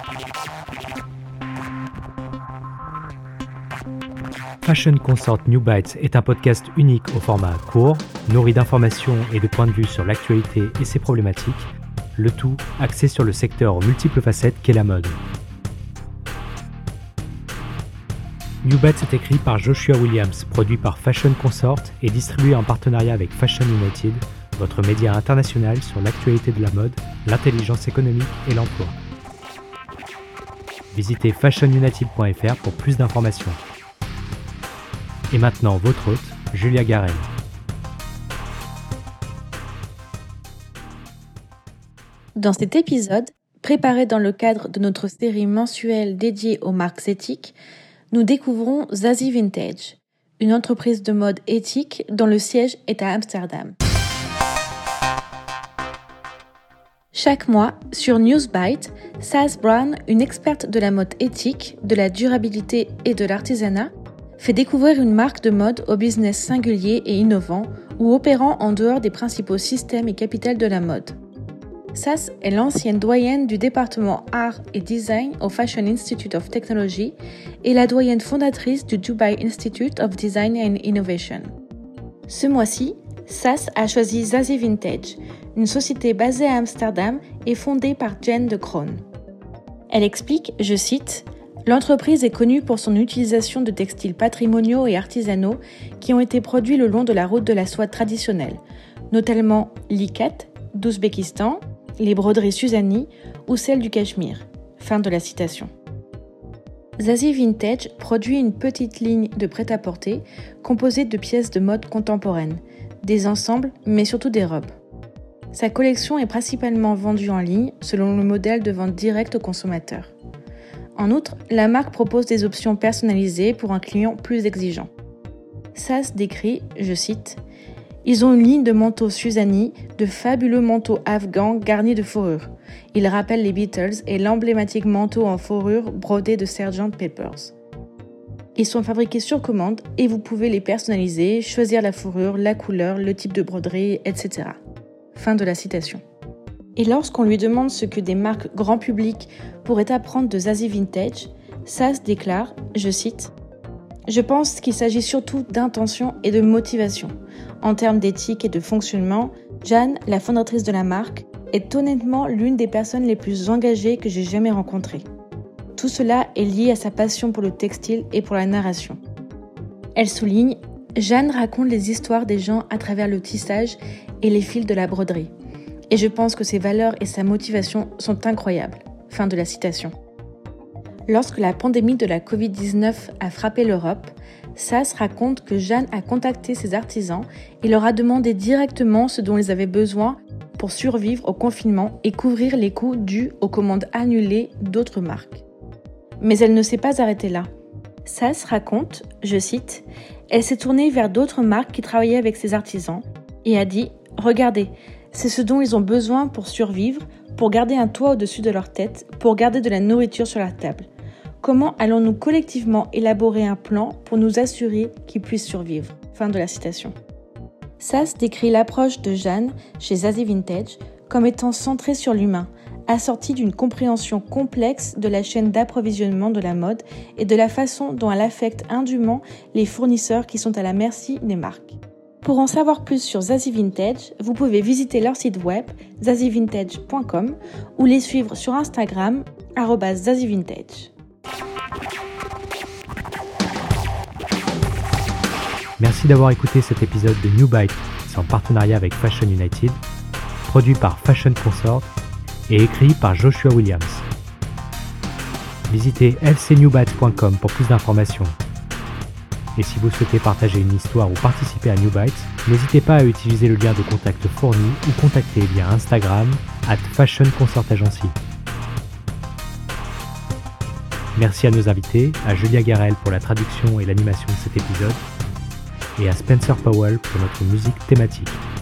Fashion Consort New Bites est un podcast unique au format court, nourri d'informations et de points de vue sur l'actualité et ses problématiques, le tout axé sur le secteur aux multiples facettes qu'est la mode. New Bites est écrit par Joshua Williams, produit par Fashion Consort et distribué en partenariat avec Fashion United, votre média international sur l'actualité de la mode, l'intelligence économique et l'emploi. Visitez fashionunited.fr pour plus d'informations. Et maintenant, votre hôte, Julia Garel. Dans cet épisode, préparé dans le cadre de notre série mensuelle dédiée aux marques éthiques, nous découvrons Zazie Vintage, une entreprise de mode éthique dont le siège est à Amsterdam. Chaque mois, sur Newsbite, Saz Brown, une experte de la mode éthique, de la durabilité et de l'artisanat, fait découvrir une marque de mode au business singulier et innovant ou opérant en dehors des principaux systèmes et capitales de la mode. Saz est l'ancienne doyenne du département Art et Design au Fashion Institute of Technology et la doyenne fondatrice du Dubai Institute of Design and Innovation. Ce mois-ci, Saz a choisi Zazie Vintage, une société basée à Amsterdam et fondée par Jen de Kroon. Elle explique, je cite, « L'entreprise est connue pour son utilisation de textiles patrimoniaux et artisanaux qui ont été produits le long de la route de la soie traditionnelle, notamment l'ikat d'Ouzbékistan, les broderies Suzani ou celles du Cachemire. » Fin de la citation. Zazie Vintage produit une petite ligne de prêt-à-porter composée de pièces de mode contemporaine, des ensembles mais surtout des robes. Sa collection est principalement vendue en ligne selon le modèle de vente directe aux consommateurs. En outre, la marque propose des options personnalisées pour un client plus exigeant. Saz décrit, je cite, « Ils ont une ligne de manteaux Suzani, de fabuleux manteaux afghans garnis de fourrure. Ils rappellent les Beatles et l'emblématique manteau en fourrure brodé de Sgt Pepper's. Ils sont fabriqués sur commande et vous pouvez les personnaliser, choisir la fourrure, la couleur, le type de broderie, etc. » Fin de la citation. Et lorsqu'on lui demande ce que des marques grand public pourraient apprendre de Zazie Vintage, Saz déclare, je cite, « Je pense qu'il s'agit surtout d'intention et de motivation. En termes d'éthique et de fonctionnement, Jan, la fondatrice de la marque, est honnêtement l'une des personnes les plus engagées que j'ai jamais rencontrées. Tout cela est lié à sa passion pour le textile et pour la narration. » Elle souligne, « Jeanne raconte les histoires des gens à travers le tissage et les fils de la broderie. Et je pense que ses valeurs et sa motivation sont incroyables. » Fin de la citation. Lorsque la pandémie de la Covid-19 a frappé l'Europe, Saz raconte que Jeanne a contacté ses artisans et leur a demandé directement ce dont ils avaient besoin pour survivre au confinement et couvrir les coûts dus aux commandes annulées d'autres marques. Mais elle ne s'est pas arrêtée là. Saz raconte, je cite, « Elle s'est tournée vers d'autres marques qui travaillaient avec ses artisans et a dit « Regardez, c'est ce dont ils ont besoin pour survivre, pour garder un toit au-dessus de leur tête, pour garder de la nourriture sur la table. Comment allons-nous collectivement élaborer un plan pour nous assurer qu'ils puissent survivre ?» Fin de la citation. Saz décrit l'approche de Jeanne chez Zazie Vintage comme étant centrée sur l'humain, assortie d'une compréhension complexe de la chaîne d'approvisionnement de la mode et de la façon dont elle affecte indûment les fournisseurs qui sont à la merci des marques. Pour en savoir plus sur Zazie Vintage, vous pouvez visiter leur site web zazievintage.com ou les suivre sur Instagram @zazievintage. Merci d'avoir écouté cet épisode de New Bites en partenariat avec Fashion United, produit par Fashion Consort et écrit par Joshua Williams. Visitez fcnewbites.com pour plus d'informations. Et si vous souhaitez partager une histoire ou participer à New Bites, n'hésitez pas à utiliser le lien de contact fourni ou contacter via Instagram @fashionconsortagency. Merci à nos invités, à Julia Garel pour la traduction et l'animation de cet épisode, et à Spencer Powell pour notre musique thématique.